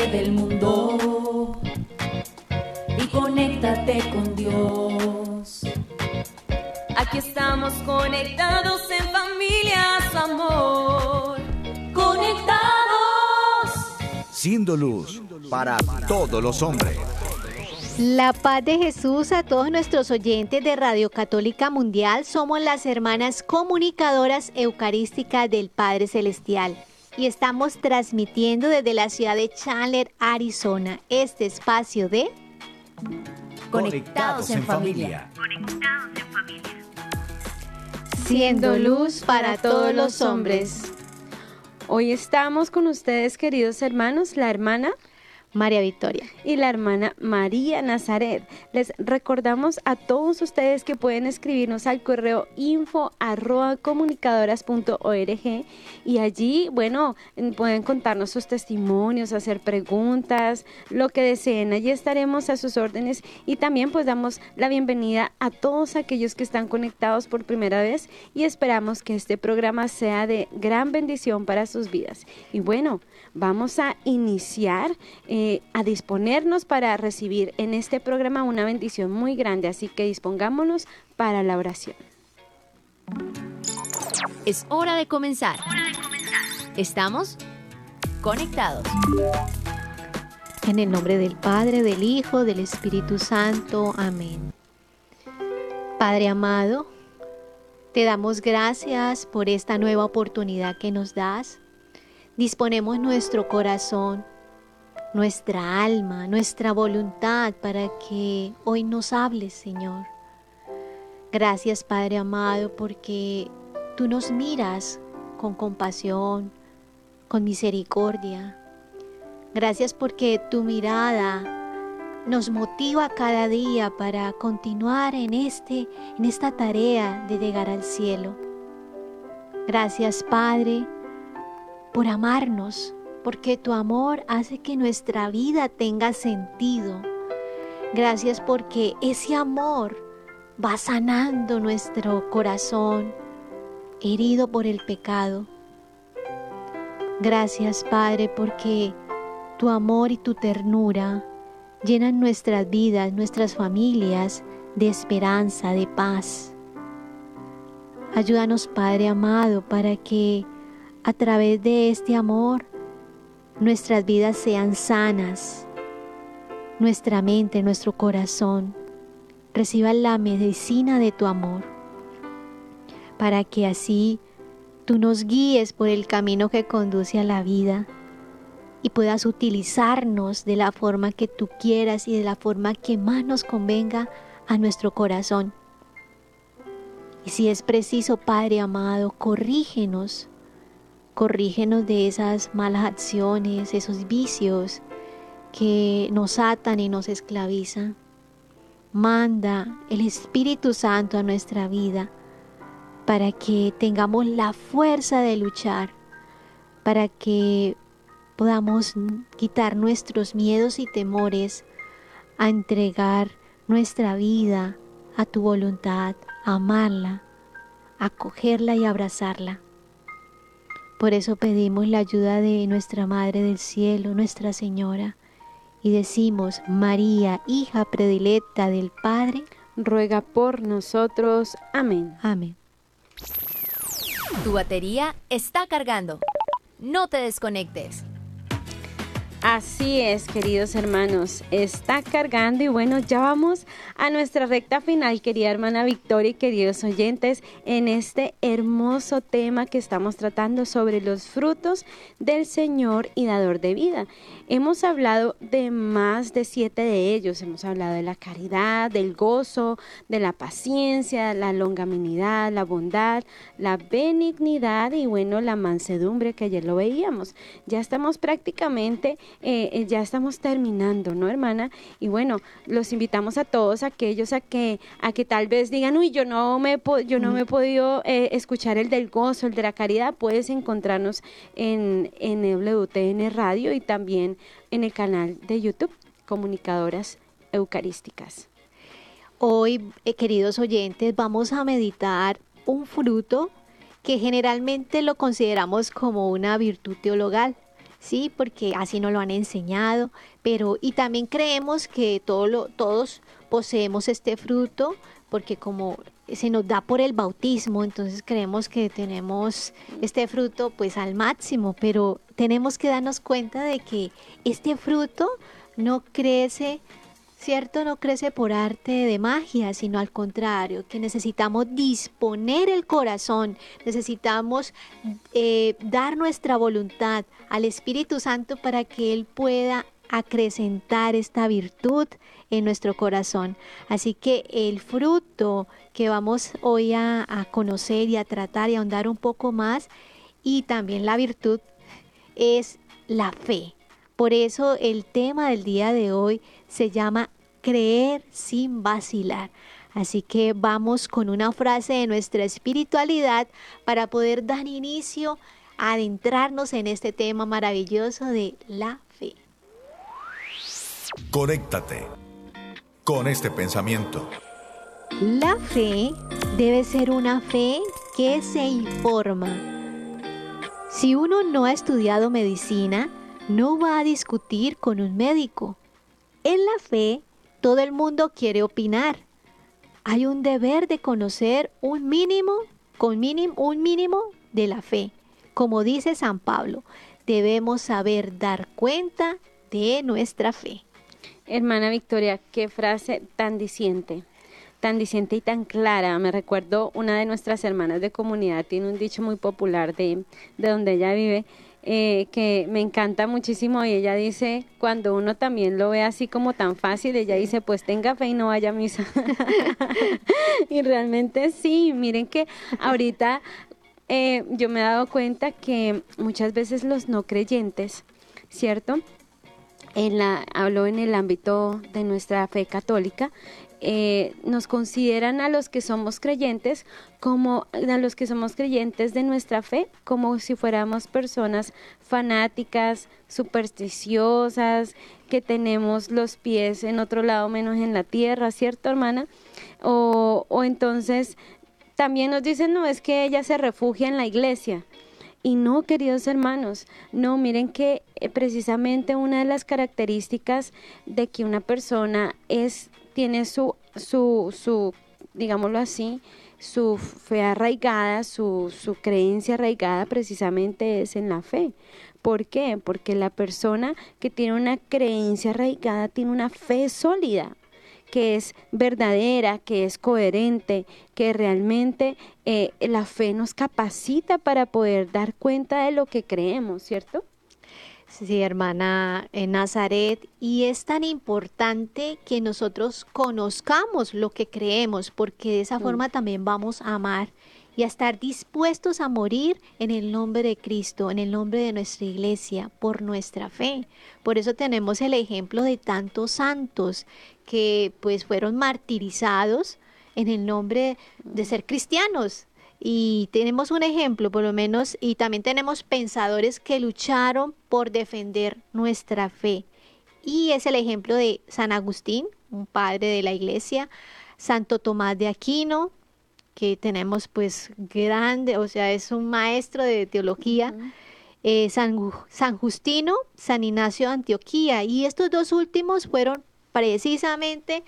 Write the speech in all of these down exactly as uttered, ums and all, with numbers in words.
del mundo y conéctate con Dios. Aquí estamos conectados en familia, su amor. Conectados. Siendo luz para todos los hombres. La paz de Jesús a todos nuestros oyentes de Radio Católica Mundial. Somos las hermanas comunicadoras eucarísticas del Padre Celestial y estamos transmitiendo desde la ciudad de Chandler, Arizona, este espacio de Conectados en familia. Siendo luz para todos los hombres. Hoy estamos con ustedes, queridos hermanos, la hermana María Victoria y la hermana María Nazaret. Les recordamos a todos ustedes que pueden escribirnos al correo info arroba comunicadoras punto org y allí, bueno, pueden contarnos sus testimonios, hacer preguntas, lo que deseen. Allí estaremos a sus órdenes y también pues damos la bienvenida a todos aquellos que están conectados por primera vez y esperamos que este programa sea de gran bendición para sus vidas. Y bueno, vamos a iniciar eh, a disponernos para recibir en este programa una bendición muy grande, así que dispongámonos para la oración. Es hora de comenzar. Estamos conectados. En el nombre del Padre, del Hijo, del Espíritu Santo. Amén. Padre amado, te damos gracias por esta nueva oportunidad que nos das. Disponemos nuestro corazón, nuestra alma, nuestra voluntad para que hoy nos hables, Señor. Gracias, Padre amado, porque tú nos miras con compasión, con misericordia. Gracias porque tu mirada nos motiva cada día para continuar en, este, en esta tarea de llegar al cielo. Gracias, Padre, por amarnos, porque tu amor hace que nuestra vida tenga sentido. Gracias porque ese amor va sanando nuestro corazón, herido por el pecado. Gracias, Padre, porque tu amor y tu ternura llenan nuestras vidas, nuestras familias de esperanza, de paz. Ayúdanos, Padre amado, para que a través de este amor nuestras vidas sean sanas, nuestra mente, nuestro corazón reciban la medicina de tu amor, para que así tú nos guíes por el camino que conduce a la vida y puedas utilizarnos de la forma que tú quieras y de la forma que más nos convenga a nuestro corazón. Y si es preciso, Padre amado, corrígenos, corrígenos de esas malas acciones, esos vicios que nos atan y nos esclavizan. Manda el Espíritu Santo a nuestra vida para que tengamos la fuerza de luchar, para que podamos quitar nuestros miedos y temores a entregar nuestra vida a tu voluntad, a amarla, a acogerla y abrazarla. Por eso pedimos la ayuda de nuestra Madre del Cielo, Nuestra Señora, y decimos: María, hija predilecta del Padre, ruega por nosotros. Amén. Amén. Tu batería está cargando. No te desconectes. Así es, queridos hermanos, está cargando y bueno, ya vamos a nuestra recta final, querida hermana Victoria y queridos oyentes, en este hermoso tema que estamos tratando sobre los frutos del Señor y dador de vida. Hemos hablado de más de siete de ellos, hemos hablado de la caridad, del gozo, de la paciencia, la longanimidad, la bondad, la benignidad y bueno, la mansedumbre que ayer lo veíamos. Ya estamos prácticamente Eh, ya estamos terminando, ¿no, hermana? Y bueno, los invitamos a todos aquellos a que a que tal vez digan, uy, yo no me yo no me he podido eh, escuchar el del gozo, el de la caridad. Puedes encontrarnos en, en W T N Radio y también en el canal de YouTube, Comunicadoras Eucarísticas. Hoy, eh, queridos oyentes, vamos a meditar un fruto que generalmente lo consideramos como una virtud teologal. sí, porque así nos lo han enseñado, pero y también creemos que todo lo, todos poseemos este fruto, porque como se nos da por el bautismo, entonces creemos que tenemos este fruto pues al máximo, pero tenemos que darnos cuenta de que este fruto no crece, ¿cierto? No crece por arte de magia, sino al contrario, que necesitamos disponer el corazón, necesitamos eh, dar nuestra voluntad al Espíritu Santo para que Él pueda acrecentar esta virtud en nuestro corazón. Así que el fruto que vamos hoy a, a conocer y a tratar y a ahondar un poco más, y también la virtud, es la fe. Por eso el tema del día de hoy se llama creer sin vacilar. Así que vamos con una frase de nuestra espiritualidad para poder dar inicio a adentrarnos en este tema maravilloso de la fe. Conéctate con este pensamiento. La fe debe ser una fe que se informa. Si uno no ha estudiado medicina, no va a discutir con un médico. En la fe, todo el mundo quiere opinar. Hay un deber de conocer un mínimo, con mínimo, un mínimo de la fe. Como dice San Pablo, debemos saber dar cuenta de nuestra fe. Hermana Victoria, qué frase tan diciente, tan diciente y tan clara. Me recuerdo una de nuestras hermanas de comunidad, tiene un dicho muy popular de, de donde ella vive, eh, que me encanta muchísimo, y ella dice, cuando uno también lo ve así como tan fácil, ella dice, pues tenga fe y no vaya a misa. Y realmente sí, miren que ahorita eh, yo me he dado cuenta que muchas veces los no creyentes, ¿cierto?, En la, hablo en el ámbito de nuestra fe católica, eh, nos consideran a los que somos creyentes como a los que somos creyentes de nuestra fe como si fuéramos personas fanáticas, supersticiosas, que tenemos los pies en otro lado menos en la tierra, ¿cierto, hermana? O, o entonces también nos dicen, no, es que ella se refugia en la iglesia. Y no, queridos hermanos, no, miren que eh, precisamente una de las características de que una persona es, tiene su, su, su, digámoslo así, su fe arraigada, su, su creencia arraigada precisamente es en la fe. ¿Por qué? Porque la persona que tiene una creencia arraigada tiene una fe sólida, que es verdadera, que es coherente, que realmente eh, la fe nos capacita para poder dar cuenta de lo que creemos, ¿cierto? Sí, hermana en Nazaret, y es tan importante que nosotros conozcamos lo que creemos, porque de esa mm. forma también vamos a amar y a estar dispuestos a morir en el nombre de Cristo, en el nombre de nuestra iglesia, por nuestra fe. Por eso tenemos el ejemplo de tantos santos que pues fueron martirizados en el nombre de ser cristianos. Y tenemos un ejemplo, por lo menos, y también tenemos pensadores que lucharon por defender nuestra fe. Y es el ejemplo de San Agustín, un padre de la iglesia, Santo Tomás de Aquino, que tenemos pues grande, o sea, es un maestro de teología, uh-huh. eh, San, San Justino, San Ignacio de Antioquía, y estos dos últimos fueron precisamente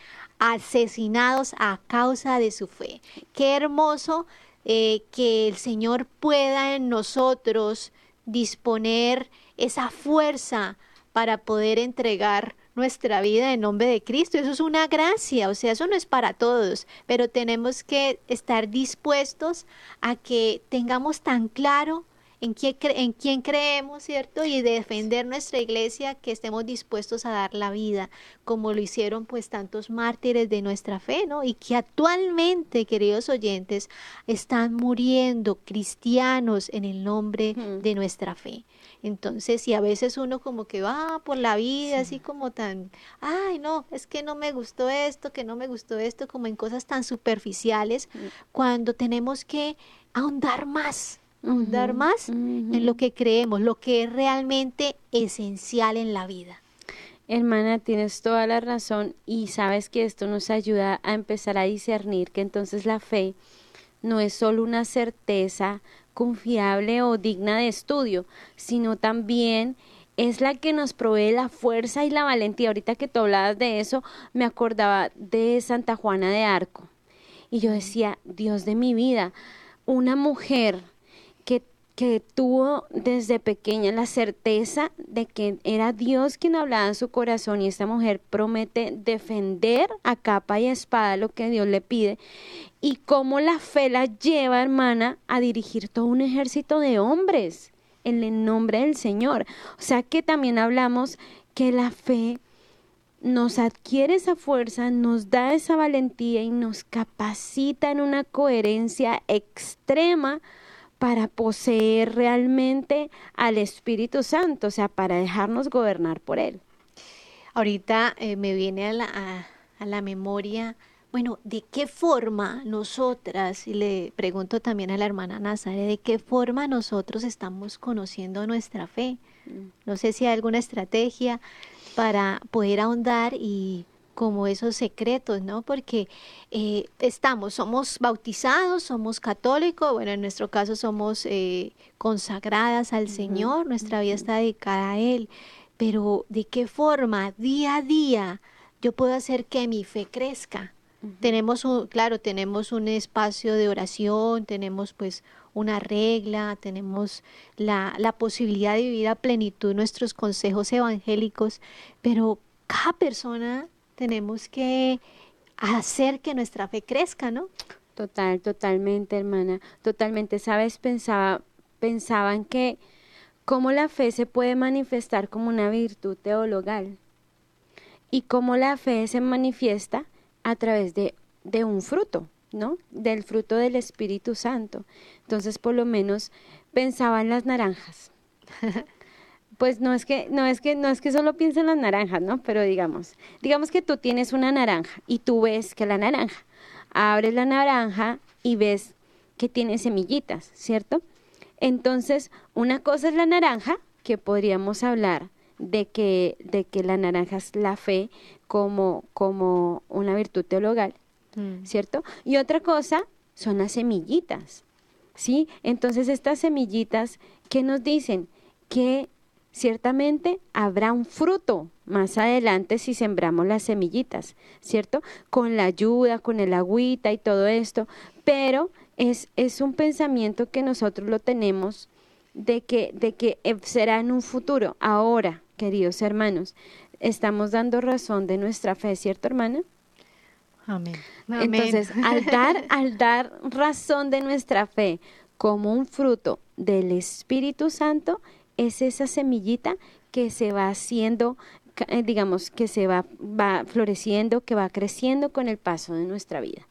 asesinados a causa de su fe. Qué hermoso eh, que el Señor pueda en nosotros disponer esa fuerza para poder entregar nuestra vida en nombre de Cristo. Eso es una gracia, o sea, eso no es para todos, pero tenemos que estar dispuestos a que tengamos tan claro en quién, cre- en quién creemos, ¿cierto? Y defender nuestra iglesia, que estemos dispuestos a dar la vida, como lo hicieron pues tantos mártires de nuestra fe, ¿no? Y que actualmente, queridos oyentes, están muriendo cristianos en el nombre uh-huh. de nuestra fe. Entonces, si a veces uno como que va por la vida sí. así como tan, ay no, es que no me gustó esto, que no me gustó esto, como en cosas tan superficiales, uh-huh. cuando tenemos que ahondar más, ahondar uh-huh. más uh-huh. en lo que creemos, lo que es realmente esencial en la vida. Hermana, tienes toda la razón, y sabes que esto nos ayuda a empezar a discernir que entonces la fe no es solo una certeza confiable o digna de estudio, sino también es la que nos provee la fuerza y la valentía. Ahorita que tú hablabas de eso, me acordaba de Santa Juana de Arco. Y yo decía, Dios de mi vida, una mujer que, que tuvo desde pequeña la certeza de que era Dios quien hablaba en su corazón, y esta mujer promete defender a capa y espada lo que Dios le pide, y cómo la fe la lleva, hermana, a dirigir todo un ejército de hombres en el nombre del Señor. O sea que también hablamos que la fe nos adquiere esa fuerza, nos da esa valentía y nos capacita en una coherencia extrema para poseer realmente al Espíritu Santo, o sea, para dejarnos gobernar por Él. Ahorita eh, me viene a la, a, a la memoria, bueno, ¿de qué forma nosotras, y le pregunto también a la hermana Nazaret, de qué forma nosotros estamos conociendo nuestra fe? No sé si hay alguna estrategia para poder ahondar y como esos secretos, ¿no? Porque eh, estamos, somos bautizados, somos católicos, bueno, en nuestro caso somos eh, consagradas al uh-huh, Señor, nuestra uh-huh. vida está dedicada a Él, pero ¿de qué forma, día a día, yo puedo hacer que mi fe crezca? Uh-huh. Tenemos, un, claro, tenemos un espacio de oración, tenemos pues una regla, tenemos la, la posibilidad de vivir a plenitud nuestros consejos evangélicos, pero cada persona tenemos que hacer que nuestra fe crezca, ¿no? Total, totalmente, hermana, totalmente. ¿Sabes? Pensaba, pensaban que cómo la fe se puede manifestar como una virtud teologal y cómo la fe se manifiesta a través de, de un fruto, ¿no? Del fruto del Espíritu Santo. Entonces, por lo menos pensaba en las naranjas. Pues no es que no es que no es que solo piense en las naranjas, ¿no? Pero digamos, digamos que tú tienes una naranja y tú ves que la naranja, abres la naranja y ves que tiene semillitas, ¿cierto? Entonces, una cosa es la naranja, que podríamos hablar de que de que la naranja es la fe como como una virtud teologal, ¿cierto? Y otra cosa son las semillitas, ¿sí? Entonces, estas semillitas, ¿qué nos dicen? Que ciertamente habrá un fruto más adelante si sembramos las semillitas, ¿cierto? Con la ayuda, con el agüita y todo esto, pero es, es un pensamiento que nosotros lo tenemos de que, de que será en un futuro. Ahora, queridos hermanos, estamos dando razón de nuestra fe, ¿cierto, hermana? Amén. Entonces, Amén. al dar, al dar razón de nuestra fe como un fruto del Espíritu Santo, es esa semillita que se va haciendo, digamos, que se va, va floreciendo, que va creciendo con el paso de nuestra vida.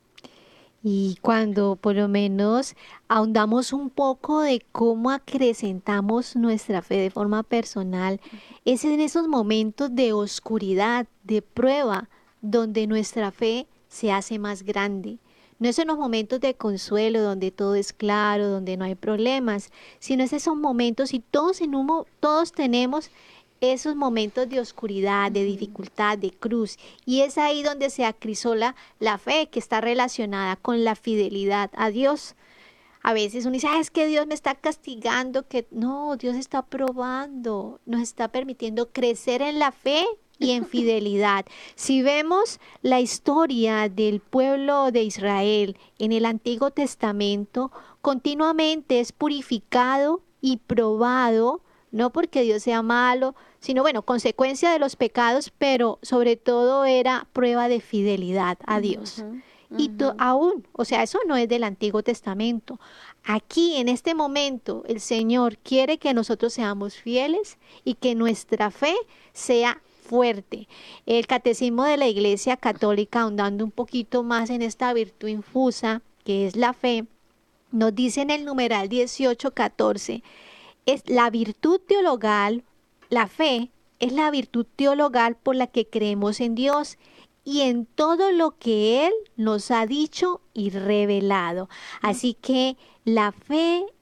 Y cuando por lo menos ahondamos un poco de cómo acrecentamos nuestra fe de forma personal, es en esos momentos de oscuridad, de prueba, donde nuestra fe se hace más grande. No es en los momentos de consuelo donde todo es claro, donde no hay problemas, sino es esos momentos, y todos, en un, todos tenemos esos momentos de oscuridad, de dificultad, de cruz, y es ahí donde se acrisola la fe, que está relacionada con la fidelidad a Dios. A veces uno dice, ah, es que Dios me está castigando, que no, Dios está probando, nos está permitiendo crecer en la fe y en fidelidad. Si vemos la historia del pueblo de Israel en el Antiguo Testamento, continuamente es purificado y probado, no porque Dios sea malo, sino, bueno, consecuencia de los pecados, pero sobre todo era prueba de fidelidad a Dios. Uh-huh, uh-huh. Y to, aún, o sea, eso no es del Antiguo Testamento. Aquí, en este momento, el Señor quiere que nosotros seamos fieles y que nuestra fe sea fuerte. El Catecismo de la Iglesia Católica, ahondando un poquito más en esta virtud infusa, que es la fe, nos dice en el numeral dieciocho catorce, es la virtud teologal, la fe es la virtud teologal por la que creemos en Dios y en todo lo que Él nos ha dicho y revelado. Así que la fe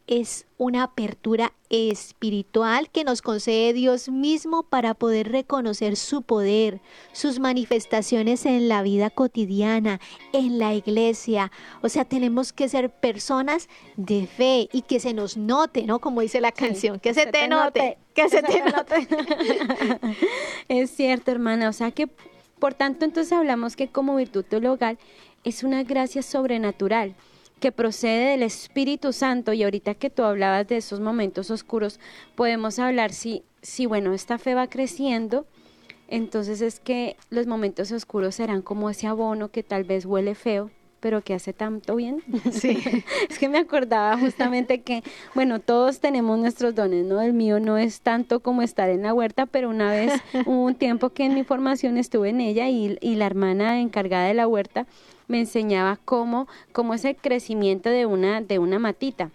es una apertura espiritual que nos concede Dios mismo para poder reconocer su poder, sus manifestaciones en la vida cotidiana, en la iglesia. O sea, tenemos que ser personas de fe y que se nos note, ¿no? Como dice la canción, sí, que, se, se te, te note, note, que, que se, se te, te note. note. Es cierto, hermana. O sea que, por tanto, entonces hablamos que como virtud teologal es una gracia sobrenatural que procede del Espíritu Santo. Y ahorita que tú hablabas de esos momentos oscuros, podemos hablar si, si bueno, esta fe va creciendo, entonces es que los momentos oscuros serán como ese abono que tal vez huele feo, pero que hace tanto bien. Sí. Es que me acordaba justamente que, bueno, todos tenemos nuestros dones, ¿no? El mío no es tanto como estar en la huerta, pero una vez hubo un tiempo que en mi formación estuve en ella y, y la hermana encargada de la huerta me enseñaba cómo, cómo es el crecimiento de una, de una matita.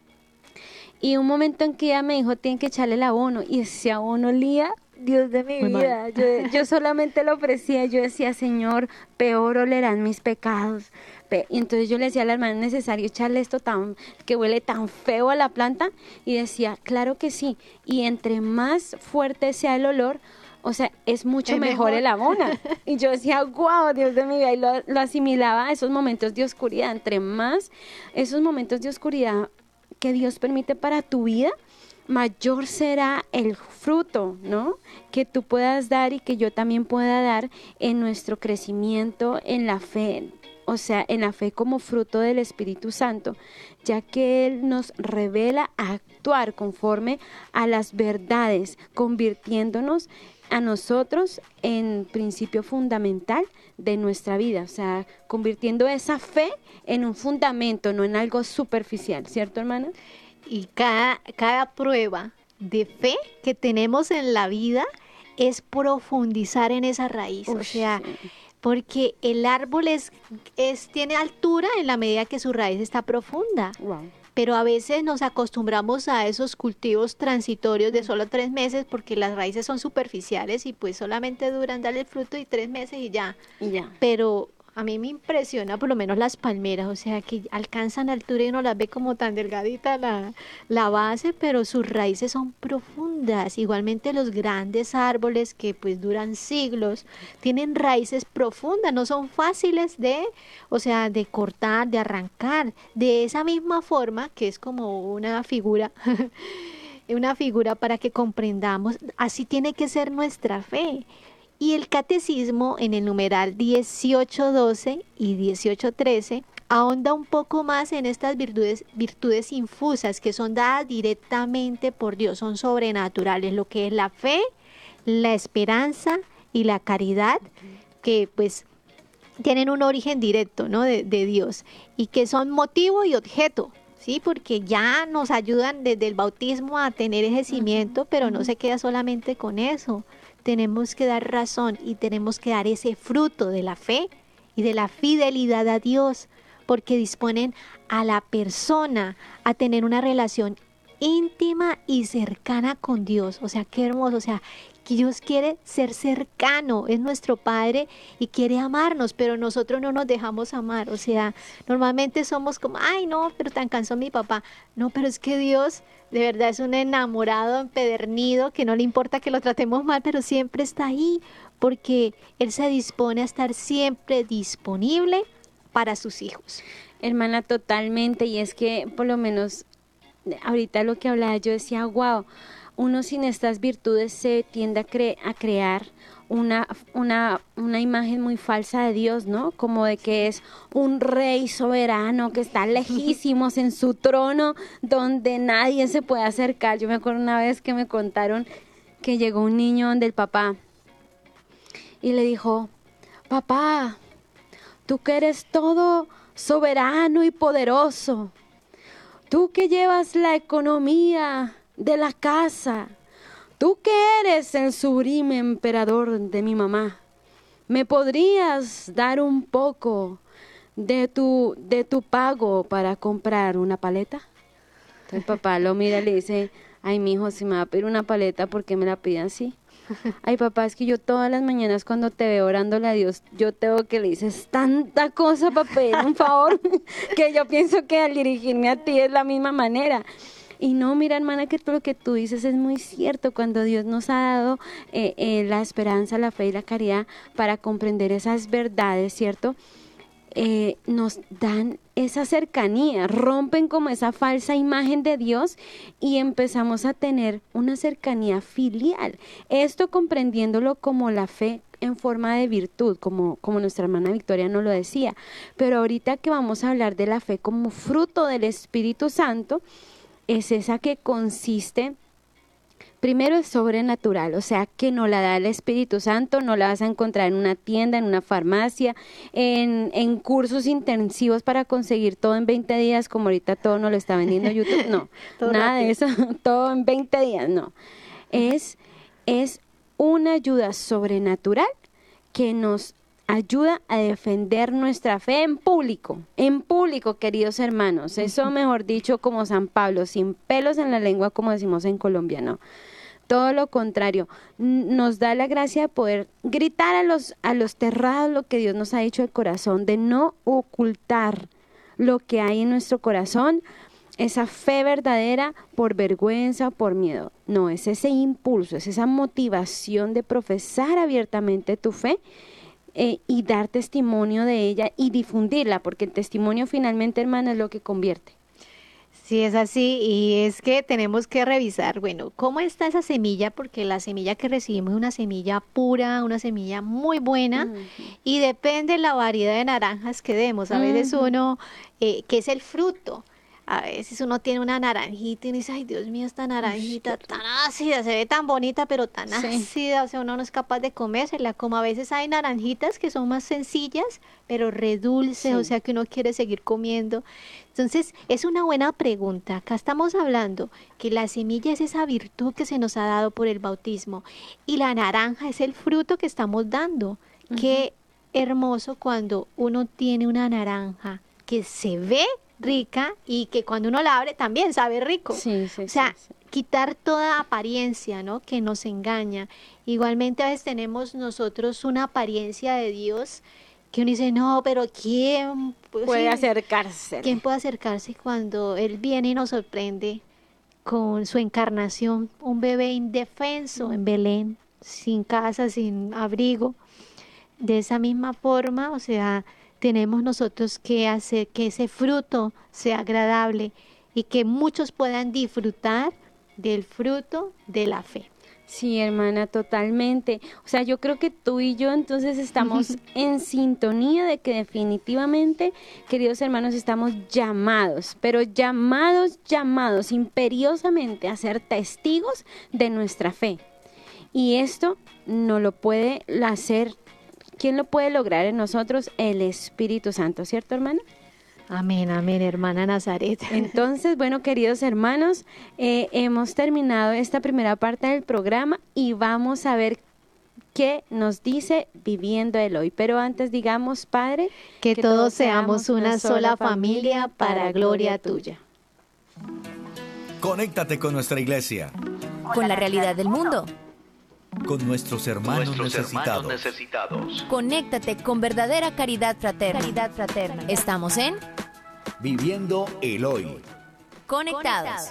Y un momento en que ella me dijo, tienen que echarle el abono, y ese abono olía, Dios de mi Muy vida, yo, yo solamente lo ofrecía, yo decía, Señor, peor olerán mis pecados. Y entonces yo le decía a la hermana, ¿es necesario echarle esto tan, que huele tan feo a la planta? Y decía, claro que sí, y entre más fuerte sea el olor, o sea, es mucho es mejor, mejor el abono. Y yo decía, wow, Dios de mi vida, y lo, lo asimilaba a esos momentos de oscuridad. Entre más esos momentos de oscuridad que Dios permite para tu vida, mayor será el fruto, ¿no? Que tú puedas dar y que yo también pueda dar en nuestro crecimiento en la fe, o sea, en la fe como fruto del Espíritu Santo, ya que Él nos revela a actuar conforme a las verdades, convirtiéndonos a nosotros en principio fundamental de nuestra vida, o sea, convirtiendo esa fe en un fundamento, no en algo superficial, ¿cierto, hermana? Y cada, cada prueba de fe que tenemos en la vida es profundizar en esa raíz, Uy, o sea, sí. Porque el árbol es, es, tiene altura en la medida que su raíz está profunda. Wow. Pero a veces nos acostumbramos a esos cultivos transitorios de solo tres meses porque las raíces son superficiales y pues solamente duran darle el fruto y tres meses y ya. ya. Pero a mí me impresiona por lo menos las palmeras, o sea que alcanzan altura y uno las ve como tan delgadita la, la base, pero sus raíces son profundas. Igualmente los grandes árboles que pues duran siglos, tienen raíces profundas, no son fáciles de, o sea, de cortar, de arrancar. De esa misma forma, que es como una figura, una figura para que comprendamos, así tiene que ser nuestra fe. Y el catecismo en el numeral dieciocho doce y dieciocho trece ahonda un poco más en estas virtudes, virtudes infusas que son dadas directamente por Dios, son sobrenaturales, lo que es la fe, la esperanza y la caridad, que pues tienen un origen directo, ¿no? de, de Dios y que son motivo y objeto. Sí, porque ya nos ayudan desde el bautismo a tener ese cimiento, pero no se queda solamente con eso. Tenemos que dar razón y tenemos que dar ese fruto de la fe y de la fidelidad a Dios, porque disponen a la persona a tener una relación íntima y cercana con Dios. O sea, qué hermoso, o sea, que Dios quiere ser cercano, es nuestro Padre y quiere amarnos, pero nosotros no nos dejamos amar. O sea, normalmente somos como, ay no, pero tan cansó mi papá. No, pero es que Dios de verdad es un enamorado empedernido que no le importa que lo tratemos mal, pero siempre está ahí, porque Él se dispone a estar siempre disponible para sus hijos. Hermana, totalmente, y es que por lo menos ahorita lo que hablaba yo decía, wow, uno sin estas virtudes se tiende a, cre- a crear una, una, una imagen muy falsa de Dios, ¿no? Como de que es un rey soberano que está lejísimos en su trono donde nadie se puede acercar. Yo me acuerdo una vez que me contaron que llegó un niño donde el papá y le dijo, papá, tú que eres todo soberano y poderoso, tú que llevas la economía de la casa, tú que eres el sublime emperador de mi mamá, ¿me podrías dar un poco de tu, de tu pago para comprar una paleta? Entonces el papá lo mira y le dice, ay mijo, si me va a pedir una paleta, ¿por qué me la pide así? Ay, papá, es que yo todas las mañanas cuando te veo orándole a Dios, yo tengo que le dices tanta cosa para pedir un favor, que yo pienso que al dirigirme a ti es la misma manera. Y no, mira, hermana, que todo lo que tú dices es muy cierto. Cuando Dios nos ha dado eh, eh, la esperanza, la fe y la caridad para comprender esas verdades, ¿cierto? Eh, nos dan esa cercanía, rompen como esa falsa imagen de Dios y empezamos a tener una cercanía filial. Esto comprendiéndolo como la fe en forma de virtud, como, como nuestra hermana Victoria nos lo decía. Pero ahorita que vamos a hablar de la fe como fruto del Espíritu Santo, es esa que consiste, primero es sobrenatural, o sea que no la da el Espíritu Santo, no la vas a encontrar en una tienda, en una farmacia, en, en cursos intensivos para conseguir todo en veinte días, como ahorita todo nos lo está vendiendo YouTube, no, nada rápido. De eso, todo en veinte días, no. Es, es una ayuda sobrenatural que nos ayuda a defender nuestra fe en público, en público, queridos hermanos. Eso, mejor dicho, como San Pablo, sin pelos en la lengua, como decimos en Colombia, ¿no? Todo lo contrario, nos da la gracia de poder gritar a los, a los terrados lo que Dios nos ha dicho del corazón, de no ocultar lo que hay en nuestro corazón, esa fe verdadera por vergüenza o por miedo. No, es ese impulso, es esa motivación de profesar abiertamente tu fe, Eh, y dar testimonio de ella y difundirla, porque el testimonio finalmente, hermana, es lo que convierte. Sí, es así, y es que tenemos que revisar, bueno, cómo está esa semilla, porque la semilla que recibimos es una semilla pura, una semilla muy buena, uh-huh. y depende de la variedad de naranjas que demos. A uh-huh. veces uno, eh, que es el fruto, a veces uno tiene una naranjita y dice, ay, Dios mío, esta naranjita tan ácida, se ve tan bonita, pero tan sí. ácida, o sea, uno no es capaz de comérsela, como a veces hay naranjitas que son más sencillas, pero redulces, sí. o sea, que uno quiere seguir comiendo. Entonces, es una buena pregunta. Acá estamos hablando que la semilla es esa virtud que se nos ha dado por el bautismo, y la naranja es el fruto que estamos dando. Uh-huh. Qué hermoso cuando uno tiene una naranja que se ve rica y que cuando uno la abre también sabe rico. Sí, sí, o sea, sí, sí. quitar toda apariencia, ¿no? Que nos engaña. Igualmente a veces tenemos nosotros una apariencia de Dios que uno dice, no, pero ¿quién pues, puede sí, acercarse? ¿Quién puede acercarse cuando Él viene y nos sorprende con su encarnación? Un bebé indefenso mm. en Belén, sin casa, sin abrigo. De esa misma forma, o sea, tenemos nosotros que hacer que ese fruto sea agradable y que muchos puedan disfrutar del fruto de la fe. Sí, hermana, totalmente. O sea, yo creo que tú y yo entonces estamos en sintonía de que definitivamente, queridos hermanos, estamos llamados, pero llamados, llamados imperiosamente a ser testigos de nuestra fe. Y esto no lo puede hacer. ¿Quién lo puede lograr en nosotros? El Espíritu Santo, ¿cierto, hermana? Amén, amén, hermana Nazaret. Entonces, bueno, queridos hermanos, eh, hemos terminado esta primera parte del programa y vamos a ver qué nos dice Viviendo el Hoy. Pero antes digamos, Padre, que, que todos seamos una sola familia para gloria tuya. Conéctate con nuestra iglesia. Con la realidad del mundo. Con nuestros hermanos, nuestros necesitados. hermanos necesitados. Conéctate con verdadera caridad fraterna. Caridad fraterna. Estamos en Viviendo el Hoy. Conectados.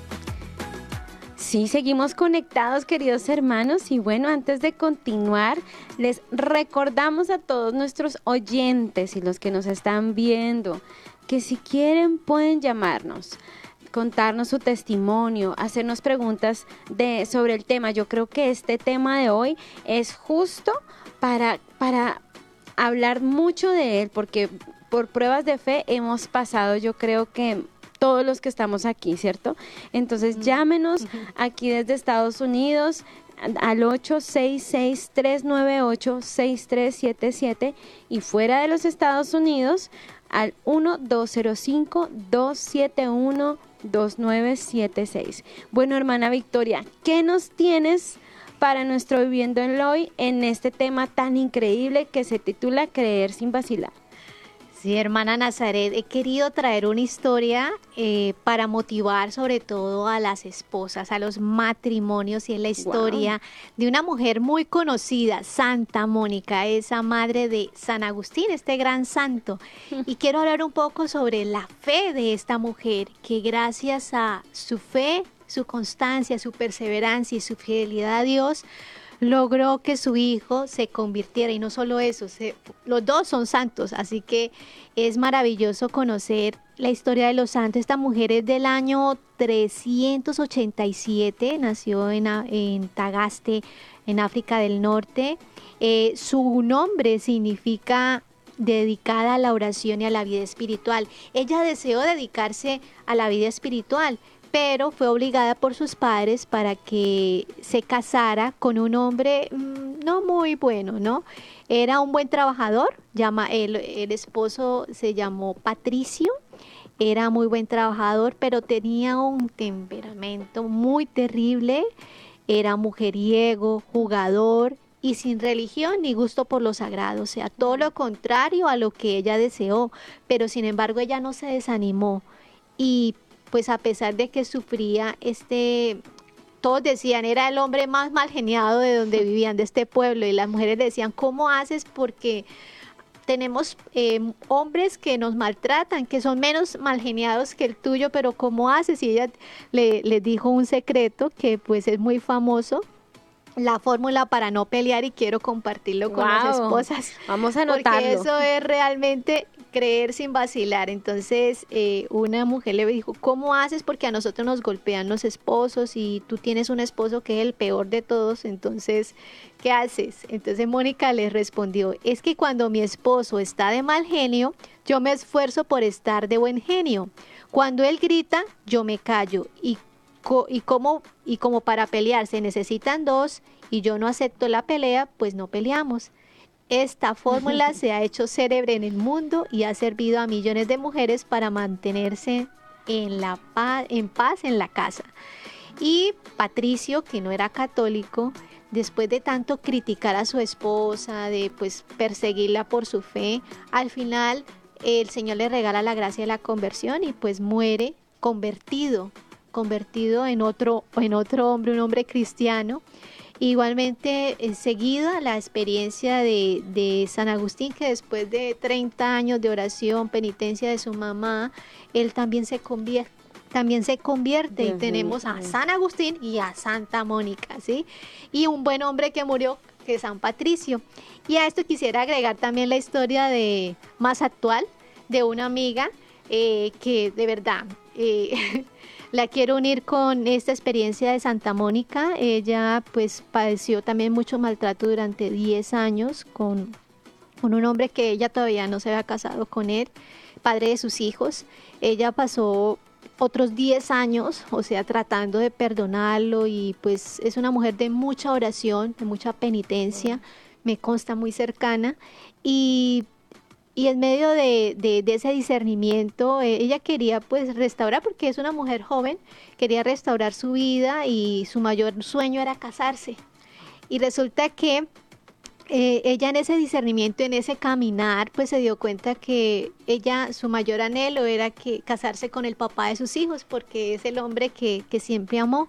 Sí, seguimos conectados, queridos hermanos, y bueno, antes de continuar, les recordamos a todos nuestros oyentes y los que nos están viendo que si quieren pueden llamarnos, contarnos su testimonio, hacernos preguntas de, sobre el tema. Yo creo que este tema de hoy es justo para, para hablar mucho de él, porque por pruebas de fe hemos pasado, yo creo que todos los que estamos aquí, ¿cierto? Entonces llámenos aquí desde Estados Unidos al ocho seis seis, tres nueve ocho, seis tres siete siete y fuera de los Estados Unidos al uno dos cero cinco, dos siete uno, dos nueve siete seis. Bueno, hermana Victoria, ¿qué nos tienes para nuestro Viviendo el Hoy en este tema tan increíble que se titula Creer sin vacilar? Sí, hermana Nazaret, he querido traer una historia eh, para motivar sobre todo a las esposas, a los matrimonios, y es la historia wow. de una mujer muy conocida, Santa Mónica, esa madre de San Agustín, este gran santo. Y quiero hablar un poco sobre la fe de esta mujer, que gracias a su fe, su constancia, su perseverancia y su fidelidad a Dios, logró que su hijo se convirtiera. Y no solo eso, se, los dos son santos, así que es maravilloso conocer la historia de los santos. Esta mujer es del año trescientos ochenta y siete, nació en, en Tagaste, en África del Norte. Eh, su nombre significa dedicada a la oración y a la vida espiritual. Ella deseó dedicarse a la vida espiritual, pero fue obligada por sus padres para que se casara con un hombre mmm, no muy bueno, ¿no? Era un buen trabajador, llama, el, el esposo se llamó Patricio, era muy buen trabajador, pero tenía un temperamento muy terrible, era mujeriego, jugador y sin religión ni gusto por lo sagrado, o sea, todo lo contrario a lo que ella deseó, pero sin embargo ella no se desanimó y pues a pesar de que sufría este, todos decían, era el hombre más mal geniado de donde vivían, de este pueblo, y las mujeres decían, ¿cómo haces? Porque tenemos eh, hombres que nos maltratan, que son menos mal geniados que el tuyo, pero ¿cómo haces? Y ella le, le dijo un secreto que pues es muy famoso, la fórmula para no pelear, y quiero compartirlo con wow. las esposas. Vamos a anotarlo. Porque eso es realmente creer sin vacilar. Entonces eh, una mujer le dijo, ¿cómo haces? Porque a nosotros nos golpean los esposos y tú tienes un esposo que es el peor de todos, entonces, ¿qué haces? Entonces Mónica le respondió, es que cuando mi esposo está de mal genio, yo me esfuerzo por estar de buen genio. Cuando él grita, yo me callo. Y, co- y, como, y como para pelear se necesitan dos y yo no acepto la pelea, pues no peleamos. Esta fórmula se ha hecho célebre en el mundo y ha servido a millones de mujeres para mantenerse en, la paz, en paz en la casa. Y Patricio, que no era católico, después de tanto criticar a su esposa, de pues perseguirla por su fe, al final el Señor le regala la gracia de la conversión y pues muere convertido, convertido en otro, en otro hombre, un hombre cristiano. Igualmente, enseguida la experiencia de, de San Agustín, que después de treinta años de oración, penitencia de su mamá, él también se convierte. También se convierte uh-huh. y tenemos a San Agustín y a Santa Mónica, ¿sí? Y un buen hombre que murió, que es San Patricio. Y a esto quisiera agregar también la historia de más actual de una amiga eh, que de verdad eh, la quiero unir con esta experiencia de Santa Mónica. Ella pues padeció también mucho maltrato durante diez años con, con un hombre que ella todavía no se había casado con él, padre de sus hijos. Ella pasó otros diez años, o sea, tratando de perdonarlo, y pues es una mujer de mucha oración, de mucha penitencia, me consta muy cercana, y, y en medio de, de, de ese discernimiento, eh, ella quería pues restaurar, porque es una mujer joven, quería restaurar su vida y su mayor sueño era casarse, y resulta que Eh, ella en ese discernimiento, en ese caminar, pues se dio cuenta que ella, su mayor anhelo era que casarse con el papá de sus hijos, porque es el hombre que, que siempre amó.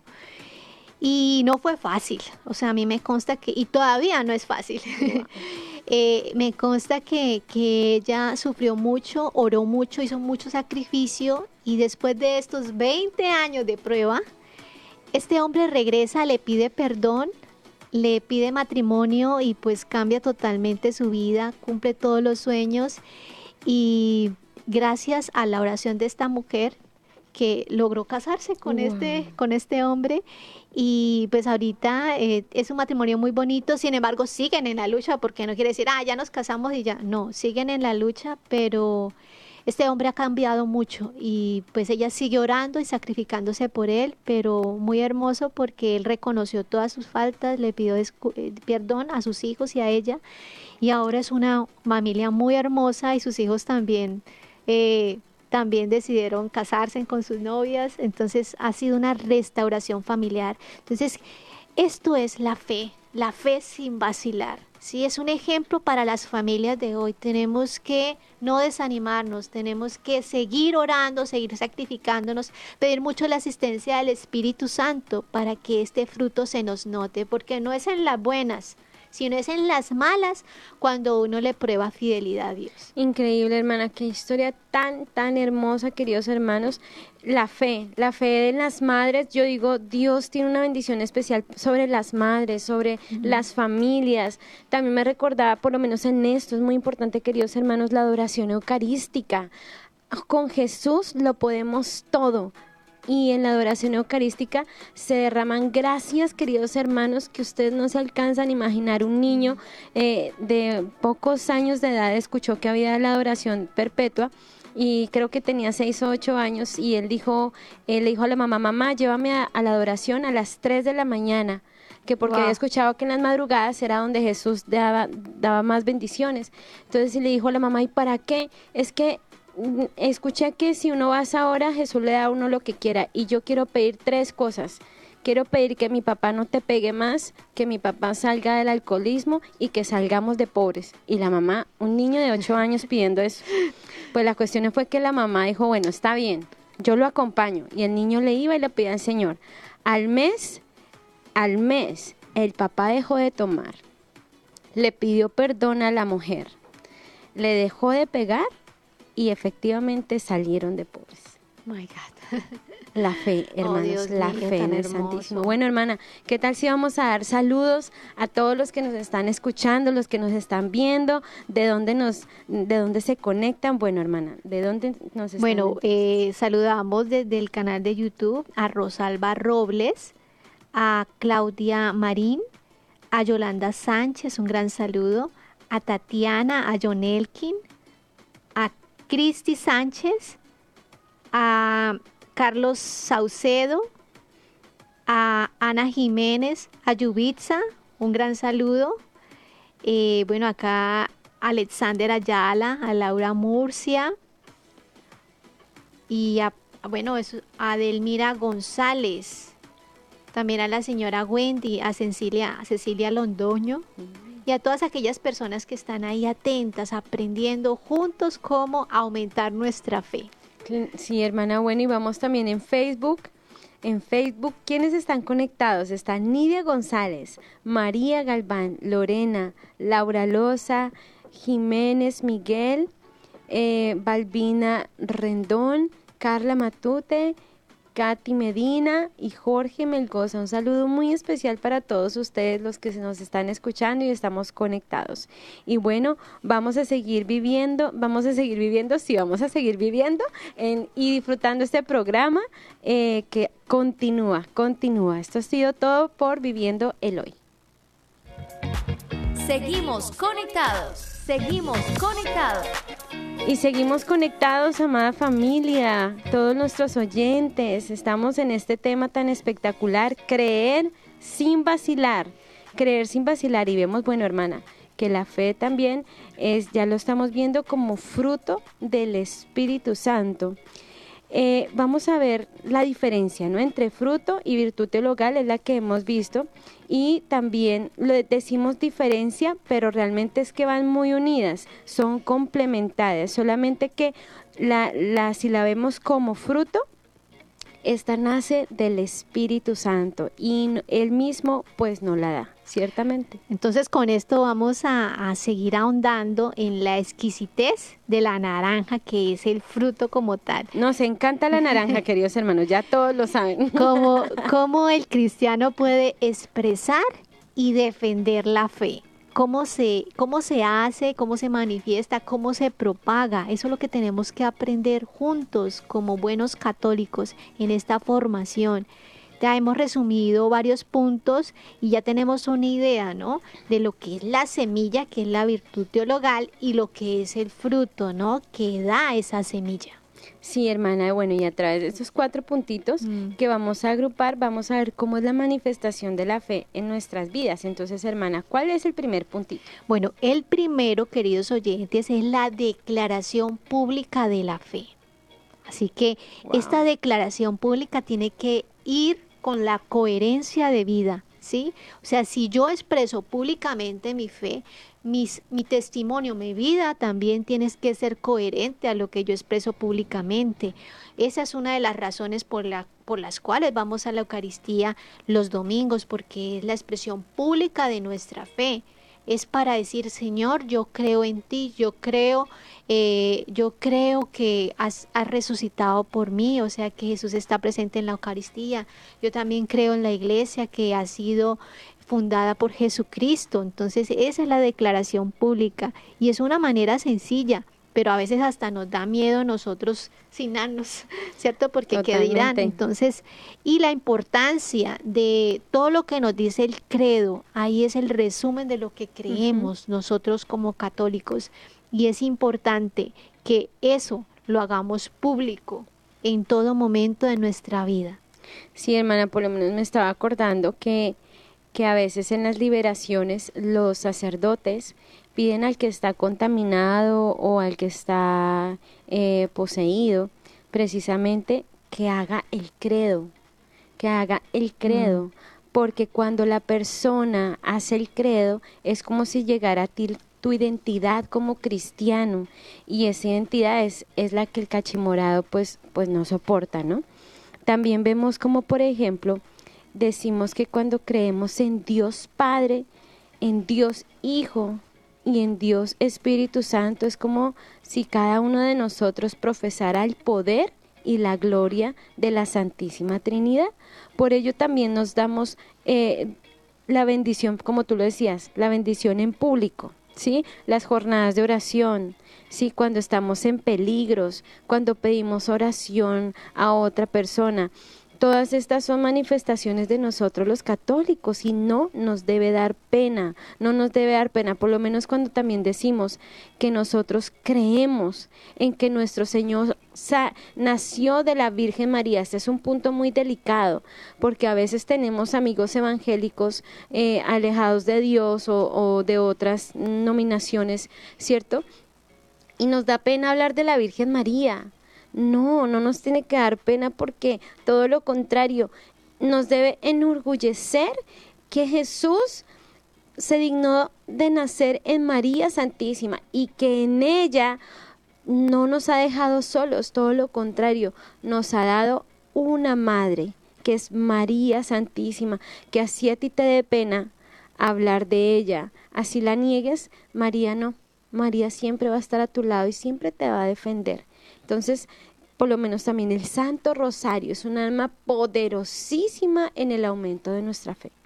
Y no fue fácil, o sea, a mí me consta que, y todavía no es fácil, wow. eh, me consta que, que ella sufrió mucho, oró mucho, hizo mucho sacrificio, y después de estos veinte años de prueba, este hombre regresa, le pide perdón, le pide matrimonio y pues cambia totalmente su vida, cumple todos los sueños, y gracias a la oración de esta mujer que logró casarse con, wow. este, con este hombre, y pues ahorita eh, es un matrimonio muy bonito. Sin embargo siguen en la lucha, porque no quiere decir, ah, ya nos casamos y ya, no, siguen en la lucha, pero este hombre ha cambiado mucho y pues ella sigue orando y sacrificándose por él, pero muy hermoso porque él reconoció todas sus faltas, le pidió perdón a sus hijos y a ella, y ahora es una familia muy hermosa, y sus hijos también, eh, también decidieron casarse con sus novias. Entonces ha sido una restauración familiar. Entonces esto es la fe, la fe sin vacilar. Sí, es un ejemplo para las familias de hoy. Tenemos que no desanimarnos, tenemos que seguir orando, seguir sacrificándonos, pedir mucho la asistencia del Espíritu Santo para que este fruto se nos note, porque no es en las buenas, sino es en las malas cuando uno le prueba fidelidad a Dios. Increíble, hermana, qué historia tan, tan hermosa, queridos hermanos. La fe, la fe de las madres, yo digo, Dios tiene una bendición especial sobre las madres, sobre uh-huh. las familias. También me recordaba, por lo menos en esto, es muy importante, queridos hermanos, la adoración eucarística. Con Jesús lo podemos todo. Y en la adoración eucarística se derraman gracias, queridos hermanos, que ustedes no se alcanzan a imaginar. Un niño eh, de pocos años de edad escuchó que había la adoración perpetua y creo que tenía seis o ocho años y él dijo, él le dijo a la mamá, mamá, llévame a, a la adoración a las tres de la mañana, que porque wow. había escuchado que en las madrugadas era donde Jesús daba, daba más bendiciones. Entonces le dijo a la mamá, ¿y para qué? Es que escuché que si uno va a esa hora, Jesús le da a uno lo que quiera y yo quiero pedir tres cosas. Quiero pedir que mi papá no te pegue más, que mi papá salga del alcoholismo y que salgamos de pobres. Y la mamá, un niño de ocho años pidiendo eso. Pues la cuestión fue que la mamá dijo, bueno, está bien, yo lo acompaño. Y el niño le iba y le pedía al Señor. Al mes, al mes, el papá dejó de tomar, le pidió perdón a la mujer, le dejó de pegar y efectivamente salieron de pobres. My God. La fe, hermanos, oh, la mío, fe en el hermoso. Santísimo. Bueno, hermana, ¿qué tal si vamos a dar saludos a todos los que nos están escuchando, los que nos están viendo, de dónde nos, de dónde se conectan? Bueno, hermana, ¿de dónde nos están? Bueno, eh, saludamos desde el canal de YouTube a Rosalba Robles, a Claudia Marín, a Yolanda Sánchez, un gran saludo, a Tatiana, a John Elkin, a Cristi Sánchez, a Carlos Saucedo, a Ana Jiménez, a Yubitsa, un gran saludo. Eh, bueno, acá Alexander Ayala, a Laura Murcia y a, bueno, eso, a Delmira González, también a la señora Wendy, a Cecilia, a Cecilia Londoño. Y a todas aquellas personas que están ahí atentas, aprendiendo juntos cómo aumentar nuestra fe. Sí, hermana, bueno, y vamos también en Facebook. En Facebook, ¿quiénes están conectados? Están Nidia González, María Galván, Lorena, Laura Loza, Jiménez Miguel, eh, Balbina Rendón, Carla Matute, Katy Medina y Jorge Melgoza. Un saludo muy especial para todos ustedes los que nos están escuchando y estamos conectados. Y bueno, vamos a seguir viviendo, vamos a seguir viviendo, sí, vamos a seguir viviendo en, y disfrutando este programa eh, que continúa, continúa. Esto ha sido todo por Viviendo el Hoy. Seguimos conectados, seguimos conectados. Y seguimos conectados, amada familia, todos nuestros oyentes. Estamos en este tema tan espectacular, creer sin vacilar, creer sin vacilar. Y vemos, bueno, hermana, que la fe también es, ya lo estamos viendo como fruto del Espíritu Santo. Eh, vamos a ver la diferencia, ¿no?, entre fruto y virtud teologal, es la que hemos visto, y también lo decimos diferencia, pero realmente es que van muy unidas, son complementarias, solamente que la, la, si la vemos como fruto, esta nace del Espíritu Santo y él mismo pues no la da, ciertamente. Entonces con esto vamos a, a seguir ahondando en la exquisitez de la naranja, que es el fruto como tal. Nos encanta la naranja, queridos hermanos, ya todos lo saben. Cómo, cómo el cristiano puede expresar y defender la fe. Cómo se, cómo se hace, cómo se manifiesta, cómo se propaga. Eso es lo que tenemos que aprender juntos como buenos católicos en esta formación. Ya hemos resumido varios puntos y ya tenemos una idea, ¿no?, de lo que es la semilla, que es la virtud teologal, y lo que es el fruto, ¿no?, que da esa semilla. Sí, hermana, bueno, y a través de estos cuatro puntitos mm. que vamos a agrupar, vamos a ver cómo es la manifestación de la fe en nuestras vidas. Entonces, hermana, ¿cuál es el primer puntito? Bueno, el primero, queridos oyentes, es la declaración pública de la fe. Así que wow. esta declaración pública tiene que ir con la coherencia de vida. ¿sí? O sea, si yo expreso públicamente mi fe, mis, mi testimonio, mi vida también tiene que ser coherente a lo que yo expreso públicamente. Esa es una de las razones por, la, por las cuales vamos a la Eucaristía los domingos, porque es la expresión pública de nuestra fe. Es para decir, Señor, yo creo en ti, yo creo, eh, yo creo que has, has resucitado por mí, o sea que Jesús está presente en la Eucaristía. Yo también creo en la iglesia que ha sido fundada por Jesucristo. Entonces esa es la declaración pública y es una manera sencilla, pero a veces hasta nos da miedo nosotros signarnos, ¿cierto? Porque ¿qué dirán? Entonces, y la importancia de todo lo que nos dice el credo, ahí es el resumen de lo que creemos uh-huh. nosotros como católicos, y es importante que eso lo hagamos público en todo momento de nuestra vida. Sí, hermana, por lo menos me estaba acordando que, que a veces en las liberaciones los sacerdotes piden al que está contaminado o al que está eh, poseído, precisamente que haga el credo, que haga el credo, mm. porque cuando la persona hace el credo es como si llegara a ti tu identidad como cristiano, y esa identidad es, es la que el cachimorado pues, pues no soporta, ¿no? También vemos como, por ejemplo, decimos que cuando creemos en Dios Padre, en Dios Hijo, y en Dios Espíritu Santo, es como si cada uno de nosotros profesara el poder y la gloria de la Santísima Trinidad. Por ello también nos damos eh, la bendición, como tú lo decías, la bendición en público, ¿sí? Las jornadas de oración, ¿sí? Cuando estamos en peligros, cuando pedimos oración a otra persona. Todas estas son manifestaciones de nosotros los católicos y no nos debe dar pena, no nos debe dar pena, por lo menos cuando también decimos que nosotros creemos en que nuestro Señor nació de la Virgen María. Este es un punto muy delicado, porque a veces tenemos amigos evangélicos eh, alejados de Dios o, o de otras nominaciones, ¿cierto? Y nos da pena hablar de la Virgen María. No, no nos tiene que dar pena, porque todo lo contrario, nos debe enorgullecer que Jesús se dignó de nacer en María Santísima y que en ella no nos ha dejado solos, todo lo contrario, nos ha dado una madre que es María Santísima, que así a ti te dé pena hablar de ella, así la niegues, María no, María siempre va a estar a tu lado y siempre te va a defender. Entonces, por lo menos también el Santo Rosario es un alma poderosísima en el aumento de nuestra fe.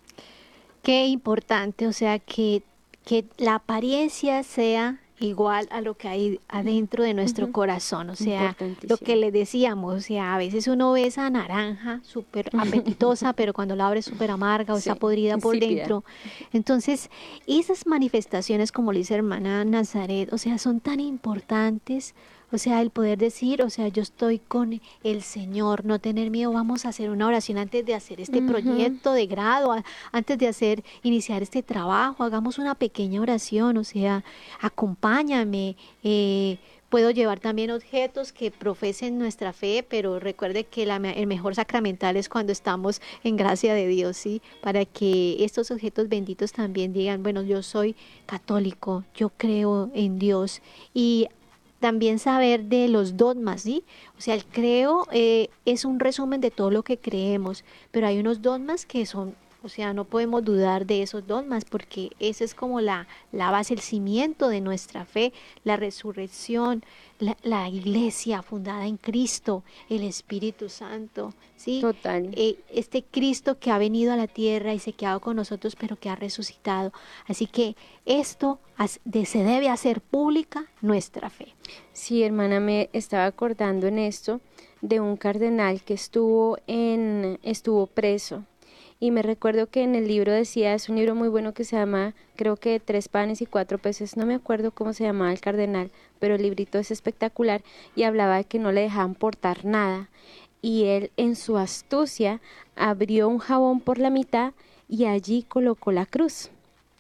Qué importante, o sea, que, que la apariencia sea igual a lo que hay adentro de nuestro uh-huh. corazón, o sea, lo que le decíamos, o sea, a veces uno ve esa naranja súper apetitosa, pero cuando la abre es súper amarga o sí, está podrida por insípida. Dentro. Entonces, esas manifestaciones, como le dice hermana Nazaret, o sea, son tan importantes. O sea, el poder decir, o sea, yo estoy con el Señor, no tener miedo. Vamos a hacer una oración antes de hacer este uh-huh. proyecto de grado, a, antes de hacer, iniciar este trabajo, hagamos una pequeña oración, o sea, acompáñame. Eh, puedo llevar también objetos que profesen nuestra fe, pero recuerde que la, el mejor sacramental es cuando estamos en gracia de Dios, ¿sí? Para que estos objetos benditos también digan, bueno, yo soy católico, yo creo en Dios. Y también saber de los dogmas, ¿sí? O sea, el creo eh, es un resumen de todo lo que creemos, pero hay unos dogmas que son, o sea, no podemos dudar de esos dogmas, porque esa es como la, la base, el cimiento de nuestra fe, la resurrección, la, la iglesia fundada en Cristo, el Espíritu Santo, ¿sí? Total. Eh, este Cristo que ha venido a la tierra y se ha quedado con nosotros, pero que ha resucitado. Así que esto de, se debe hacer pública nuestra fe. Sí, hermana, me estaba acordando en esto de un cardenal que estuvo en estuvo preso. Y me recuerdo que en el libro decía, es un libro muy bueno que se llama, creo que Tres panes y cuatro peces, no me acuerdo cómo se llamaba el cardenal, pero el librito es espectacular y hablaba de que no le dejaban portar nada. Y él en su astucia abrió un jabón por la mitad y allí colocó la cruz.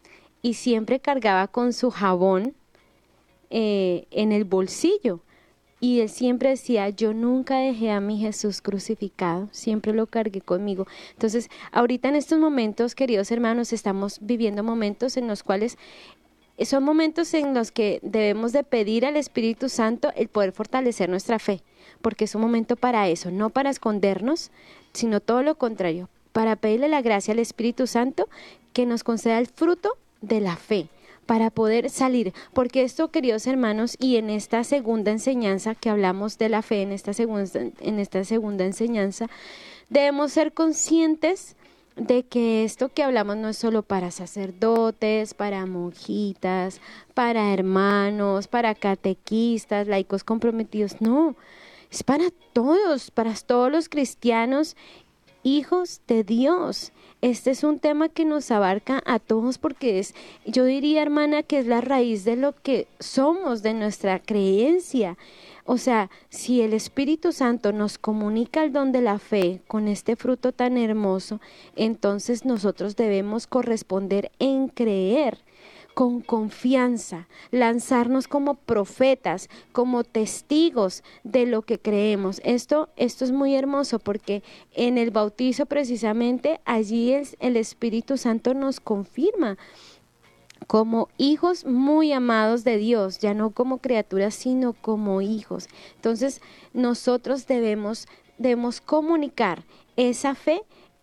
Y siempre cargaba con su jabón eh, en el bolsillo, Y él siempre decía, yo nunca dejé a mi Jesús crucificado, siempre lo cargué conmigo. Entonces, ahorita en estos momentos, queridos hermanos, estamos viviendo momentos en los cuales son momentos en los que debemos de pedir al Espíritu Santo el poder fortalecer nuestra fe, porque es un momento para eso, no para escondernos, sino todo lo contrario, para pedirle la gracia al Espíritu Santo que nos conceda el fruto de la fe, para poder salir, porque esto, queridos hermanos, y en esta segunda enseñanza que hablamos de la fe, en esta segunda, en esta segunda enseñanza, debemos ser conscientes de que esto que hablamos no es solo para sacerdotes, para monjitas, para hermanos, para catequistas, laicos comprometidos, no, es para todos, para todos los cristianos, hijos de Dios. Este es un tema que nos abarca a todos porque es, yo diría, hermana, que es la raíz de lo que somos, de nuestra creencia. O sea, si el Espíritu Santo nos comunica el don de la fe con este fruto tan hermoso, entonces nosotros debemos corresponder en creer, con confianza, lanzarnos como profetas, como testigos de lo que creemos. Esto, esto es muy hermoso porque en el bautizo precisamente allí es, el Espíritu Santo nos confirma como hijos muy amados de Dios, ya no como criaturas, sino como hijos. Entonces, nosotros debemos, debemos comunicar esa fe.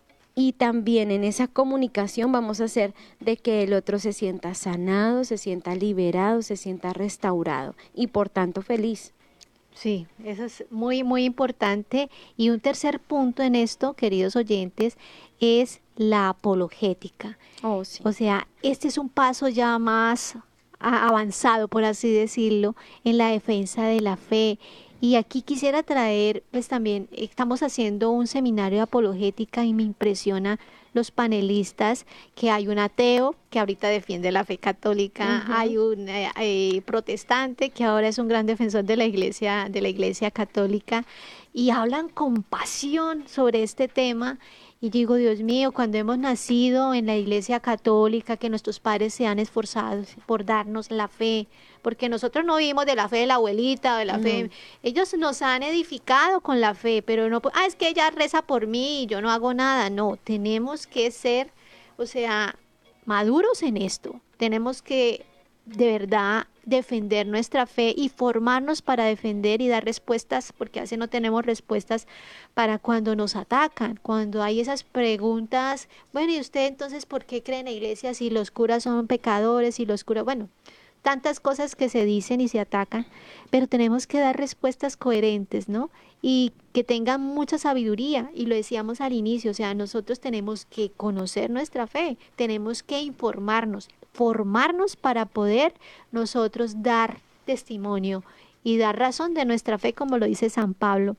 Y también en esa comunicación vamos a hacer de que el otro se sienta sanado, se sienta liberado, se sienta restaurado y por tanto feliz. Sí, eso es muy, muy importante. Y un tercer punto en esto, queridos oyentes, es la apologética. Oh, sí. O sea, este es un paso ya más avanzado, por así decirlo, en la defensa de la fe. Y aquí quisiera traer, pues también estamos haciendo un seminario de apologética y me impresiona los panelistas, que hay un ateo que ahorita defiende la fe católica, uh-huh. hay un eh, eh, protestante que ahora es un gran defensor de la iglesia, de la iglesia católica, y hablan con pasión sobre este tema. Y digo, Dios mío, cuando hemos nacido en la iglesia católica, que nuestros padres se han esforzado por darnos la fe, porque nosotros no vivimos de la fe de la abuelita, de la no. fe, ellos nos han edificado con la fe, pero no, ah, es que ella reza por mí y yo no hago nada. No, tenemos que ser, o sea, maduros en esto, tenemos que de verdad defender nuestra fe y formarnos para defender y dar respuestas, porque a veces no tenemos respuestas para cuando nos atacan, cuando hay esas preguntas, bueno, ¿y usted entonces por qué cree en la iglesia si los curas son pecadores y los curas, bueno, tantas cosas que se dicen y se atacan, pero tenemos que dar respuestas coherentes, ¿no? Y que tengan mucha sabiduría, y lo decíamos al inicio, o sea, nosotros tenemos que conocer nuestra fe, tenemos que informarnos, formarnos para poder nosotros dar testimonio y dar razón de nuestra fe, como lo dice San Pablo.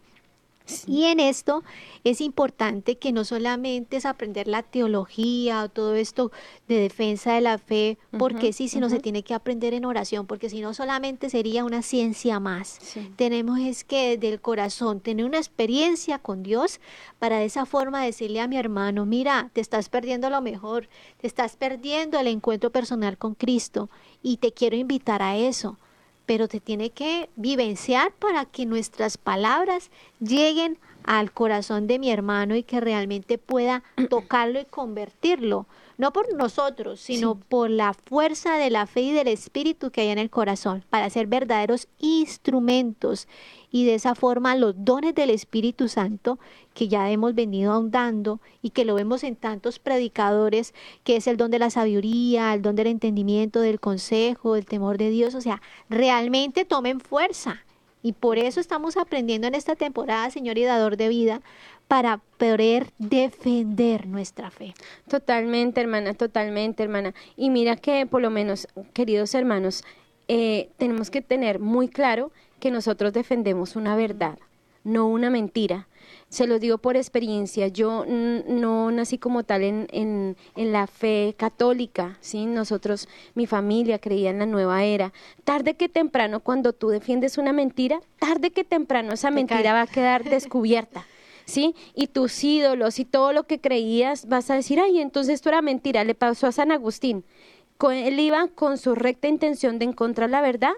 Y en esto es importante que no solamente es aprender la teología o todo esto de defensa de la fe, porque uh-huh, sí, sino uh-huh. se tiene que aprender en oración, porque si no solamente sería una ciencia más. Sí. Tenemos es que desde el corazón tener una experiencia con Dios para de esa forma decirle a mi hermano, mira, te estás perdiendo lo mejor, te estás perdiendo el encuentro personal con Cristo y te quiero invitar a eso. Pero te tiene que vivenciar para que nuestras palabras lleguen al corazón de mi hermano y que realmente pueda tocarlo y convertirlo, no por nosotros, sino sí. por la fuerza de la fe y del Espíritu que hay en el corazón, para ser verdaderos instrumentos. Y de esa forma los dones del Espíritu Santo, que ya hemos venido ahondando y que lo vemos en tantos predicadores, que es el don de la sabiduría, el don del entendimiento, del consejo, del temor de Dios, o sea, realmente tomen fuerza. Y por eso estamos aprendiendo en esta temporada, Señor y Dador de Vida, para poder defender nuestra fe. Totalmente, hermana, totalmente, hermana. Y mira que por lo menos, queridos hermanos, eh, tenemos que tener muy claro que nosotros defendemos una verdad, no una mentira. Se los digo por experiencia, yo n- no nací como tal en, en, en la fe católica, ¿sí? Nosotros, mi familia creía en la nueva era. Tarde que temprano, cuando tú defiendes una mentira, tarde que temprano esa mentira va a quedar descubierta, ¿sí? Y tus ídolos y todo lo que creías vas a decir, ay, entonces esto era mentira. Le pasó a San Agustín. Él iba con su recta intención de encontrar la verdad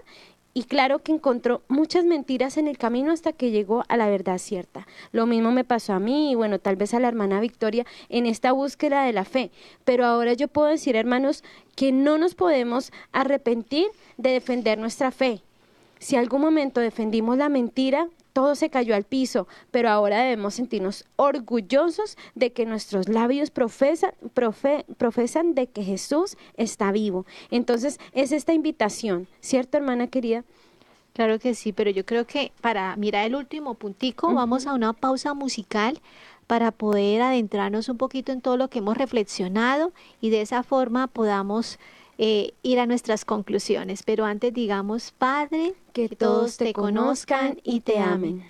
y claro que encontró muchas mentiras en el camino hasta que llegó a la verdad cierta. Lo mismo me pasó a mí y bueno, tal vez a la hermana Victoria en esta búsqueda de la fe. Pero ahora yo puedo decir, hermanos, que no nos podemos arrepentir de defender nuestra fe. Si algún momento defendimos la mentira, todo se cayó al piso, pero ahora debemos sentirnos orgullosos de que nuestros labios profesan, profe, profesan de que Jesús está vivo. Entonces, es esta invitación, ¿cierto, hermana querida? Claro que sí, pero yo creo que para mirar el último puntico, uh-huh. vamos a una pausa musical para poder adentrarnos un poquito en todo lo que hemos reflexionado y de esa forma podamos eh, ir a nuestras conclusiones. Pero antes digamos, Padre, que, que todos te conozcan y te amen.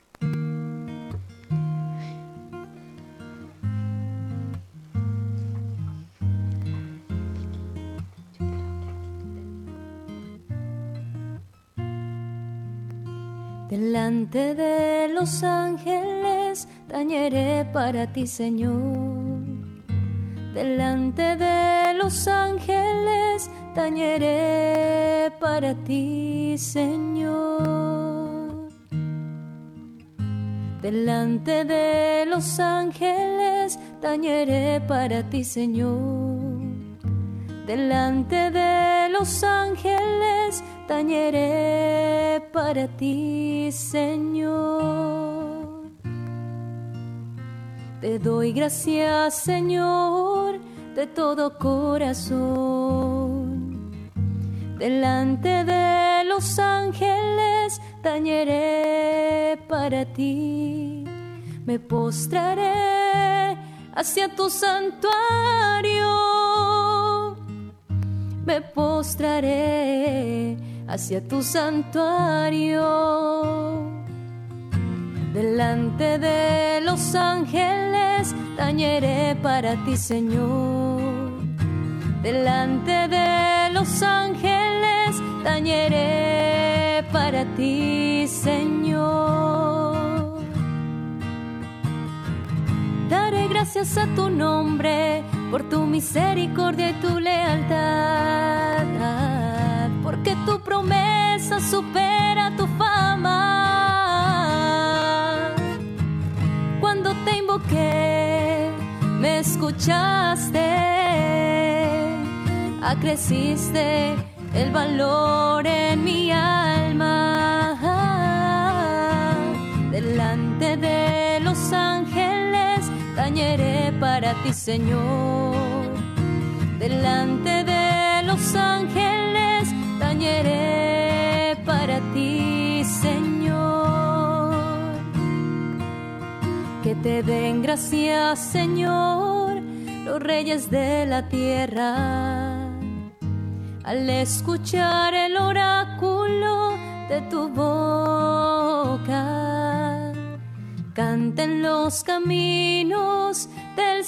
Delante de los ángeles tañeré para ti, Señor. Delante de los ángeles tañeré para ti, Señor. Delante de los ángeles tañeré para ti, Señor. Delante de los ángeles tañeré para ti, Señor. Te doy gracias, Señor, de todo corazón. Delante de los ángeles tañeré para ti. Me postraré hacia tu santuario. Me postraré hacia tu santuario. Delante de los ángeles tañeré para ti, Señor. Delante de los ángeles tañeré para ti, Señor. Daré gracias a tu nombre por tu misericordia y tu lealtad, porque tu promesa supera tu fama. Cuando te invoqué, me escuchaste, acreciste el valor en mi alma. Delante de los ángeles tañeré para ti, Señor. Delante de los ángeles tañeré para ti, Señor. Que te den gracias, Señor, los reyes de la tierra, al escuchar el oráculo de tu boca. Canten los caminos del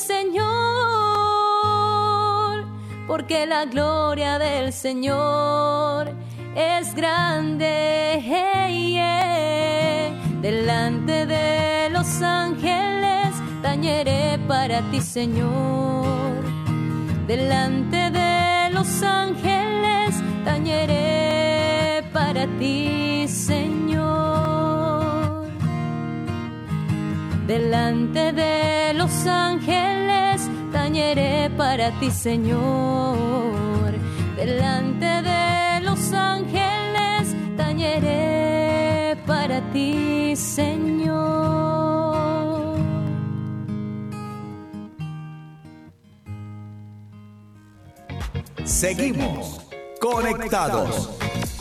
Señor, porque la gloria del Señor es grande. Hey, yeah. Delante de los ángeles tañeré para ti, Señor. Delante de los ángeles tañeré para ti, Señor. Delante de los ángeles tañeré para ti, Señor. Delante de los ángeles tañeré para ti, Señor. Seguimos conectados.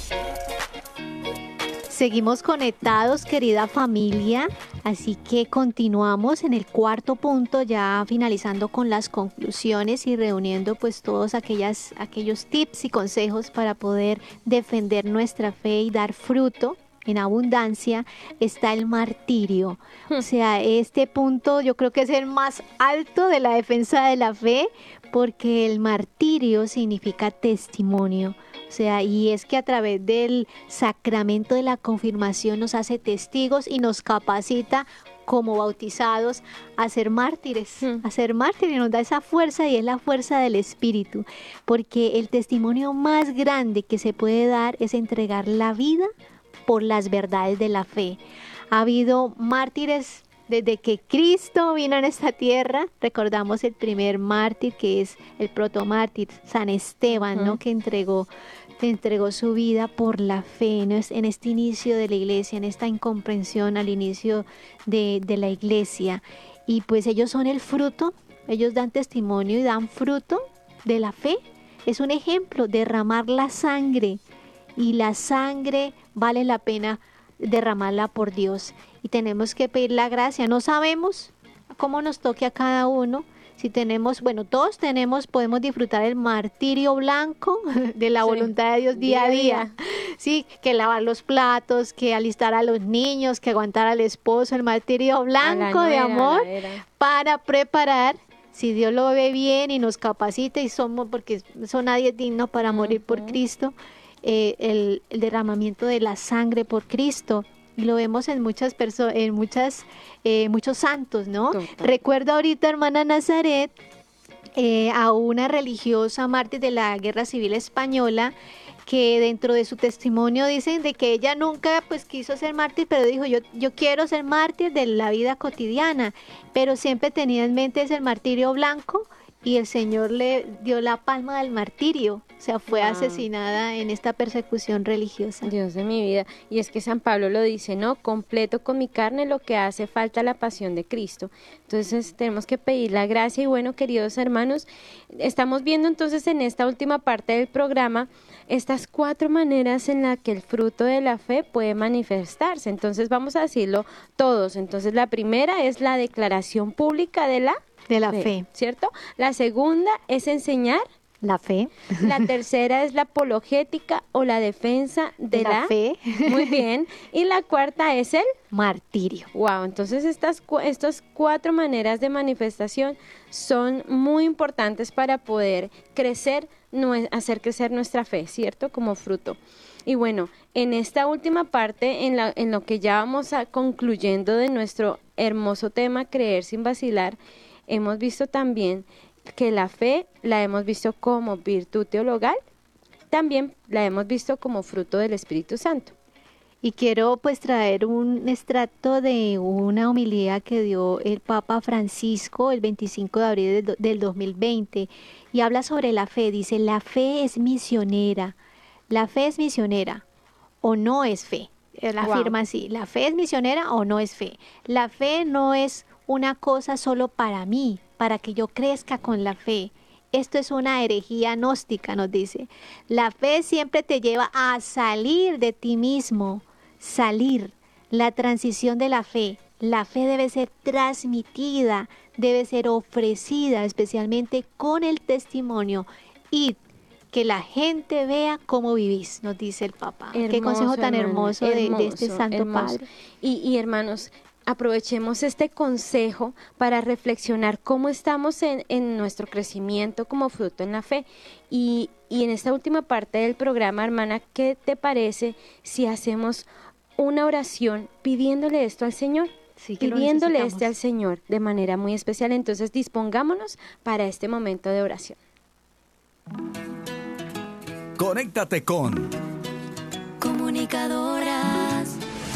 Seguimos conectados, querida familia, así que continuamos en el cuarto punto, ya finalizando con las conclusiones y reuniendo pues todos aquellas, aquellos tips y consejos para poder defender nuestra fe y dar fruto en abundancia. Está el martirio. O sea, este punto yo creo que es el más alto de la defensa de la fe, porque el martirio significa testimonio. O sea, y es que a través del sacramento de la confirmación nos hace testigos y nos capacita como bautizados a ser mártires, Mm. a ser mártires, nos da esa fuerza y es la fuerza del Espíritu, porque el testimonio más grande que se puede dar es entregar la vida por las verdades de la fe. Ha habido mártires desde que Cristo vino en esta tierra. Recordamos el primer mártir, que es el protomártir, San Esteban, ¿no? Ujú. Que entregó, que entregó su vida por la fe, ¿no? Es en este inicio de la iglesia, en esta incomprensión al inicio de, de la iglesia. Y pues ellos son el fruto, ellos dan testimonio y dan fruto de la fe. Es un ejemplo, derramar la sangre, y la sangre vale la pena derramarla por Dios. Y tenemos que pedir la gracia. No sabemos cómo nos toque a cada uno. Si tenemos, bueno, todos tenemos, podemos disfrutar el martirio blanco de la Sí, voluntad de Dios día a día. Sí, que lavar los platos, que alistar a los niños, que aguantar al esposo, el martirio A la blanco de nuera, amor a la era. para preparar. Si Dios lo ve bien y nos capacita y somos, porque son nadie digno para morir por Ujú. Cristo, eh, el, el derramamiento de la sangre por Cristo. Y lo vemos en muchas personas, en muchas, eh, muchos santos, ¿no? Total. Recuerdo ahorita, hermana Nazaret, eh, a una religiosa mártir de la Guerra Civil Española, que dentro de su testimonio dicen de que ella nunca pues quiso ser mártir, pero dijo yo, yo quiero ser mártir de la vida cotidiana, pero siempre tenía en mente ese martirio blanco, y el Señor le dio la palma del martirio, o sea, fue Wow. asesinada en esta persecución religiosa. Dios de mi vida. Y es que San Pablo lo dice, ¿no? Completo con mi carne lo que hace falta la pasión de Cristo. Entonces tenemos que pedir la gracia. Y bueno, queridos hermanos, estamos viendo entonces en esta última parte del programa estas cuatro maneras en las que el fruto de la fe puede manifestarse. Entonces vamos a decirlo todos. Entonces la primera es la declaración pública de la De la fe, fe. ¿cierto? La segunda es enseñar. La fe. La tercera es la apologética o la defensa de, De la la, fe. Muy bien. Y la cuarta es el Martirio. wow. Entonces estas, cu- estas cuatro maneras de manifestación son muy importantes para poder crecer, nue- hacer crecer nuestra fe, ¿cierto? Como fruto. Y bueno, en esta última parte, en, la, en lo que ya vamos a concluyendo de nuestro hermoso tema, creer sin vacilar, hemos visto también que la fe la hemos visto como virtud teologal, también la hemos visto como fruto del Espíritu Santo. Y quiero pues traer un extracto de una homilía que dio el Papa Francisco el veinticinco de abril del, do- del dos mil veinte, y habla sobre la fe. Dice, la fe es misionera, la fe es misionera o no es fe. Él Wow. afirma así, la fe es misionera o no es fe. La fe no es una cosa solo para mí, para que yo crezca con la fe. Esto es una herejía gnóstica, nos dice. La fe siempre te lleva a salir de ti mismo, salir. La transición de la fe. La fe debe ser transmitida, debe ser ofrecida, especialmente con el testimonio, y que la gente vea cómo vivís, nos dice el Papa. Qué Hermoso, consejo tan hermana, hermoso, de, de este hermoso, Santo hermoso. Padre. Y, y hermanos, aprovechemos este consejo para reflexionar cómo estamos en, en nuestro crecimiento como fruto en la fe. Y, y en esta última parte del programa, hermana, ¿qué te parece si hacemos una oración pidiéndole esto al Señor? Sí, que lo Pidiéndole necesitamos. este al Señor de manera muy especial. Entonces dispongámonos para este momento de oración. Conéctate con Comunicadoras.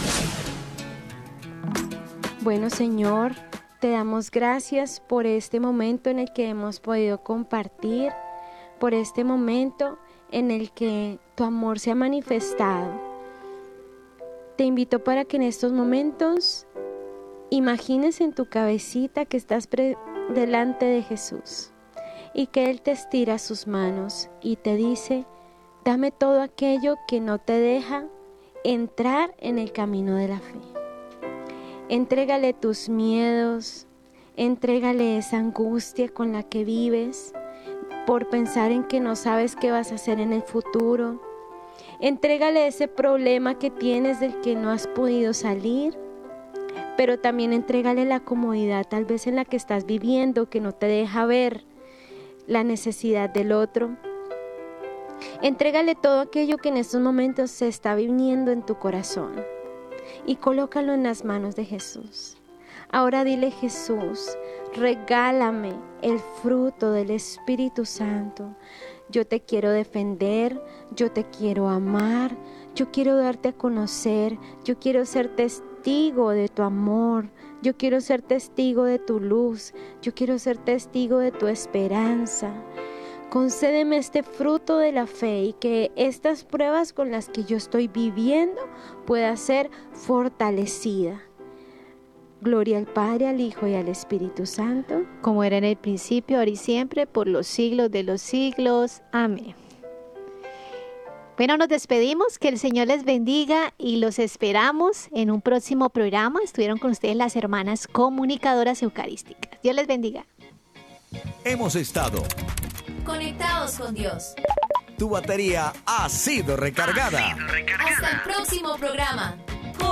Bueno, Señor, te damos gracias por este momento en el que hemos podido compartir, por este momento en el que tu amor se ha manifestado. Te invito para que en estos momentos imagines en tu cabecita que estás pre- delante de Jesús y que Él te estira sus manos y te dice, dame todo aquello que no te deja entrar en el camino de la fe. Entrégale tus miedos, entrégale esa angustia con la que vives por pensar en que no sabes qué vas a hacer en el futuro. Entrégale ese problema que tienes del que no has podido salir, pero también entrégale la comodidad tal vez en la que estás viviendo que no te deja ver la necesidad del otro. Entrégale todo aquello que en estos momentos se está viviendo en tu corazón y colócalo en las manos de Jesús. Ahora dile: Jesús, regálame el fruto del Espíritu Santo. Yo te quiero defender, yo te quiero amar, yo quiero darte a conocer, yo quiero ser testigo de tu amor, yo quiero ser testigo de tu luz, yo quiero ser testigo de tu esperanza. Concédeme este fruto de la fe y que estas pruebas con las que yo estoy viviendo pueda ser fortalecida. Gloria al Padre, al Hijo y al Espíritu Santo, como era en el principio, ahora y siempre, por los siglos de los siglos. Amén. Bueno, nos despedimos, que el Señor les bendiga y los esperamos en un próximo programa. Estuvieron con ustedes las hermanas comunicadoras eucarísticas. Dios les bendiga. Hemos estado Conectados con Dios. Tu batería ha sido recargada. Ha sido recargada. Hasta el próximo programa.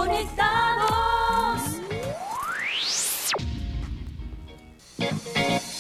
Conectados.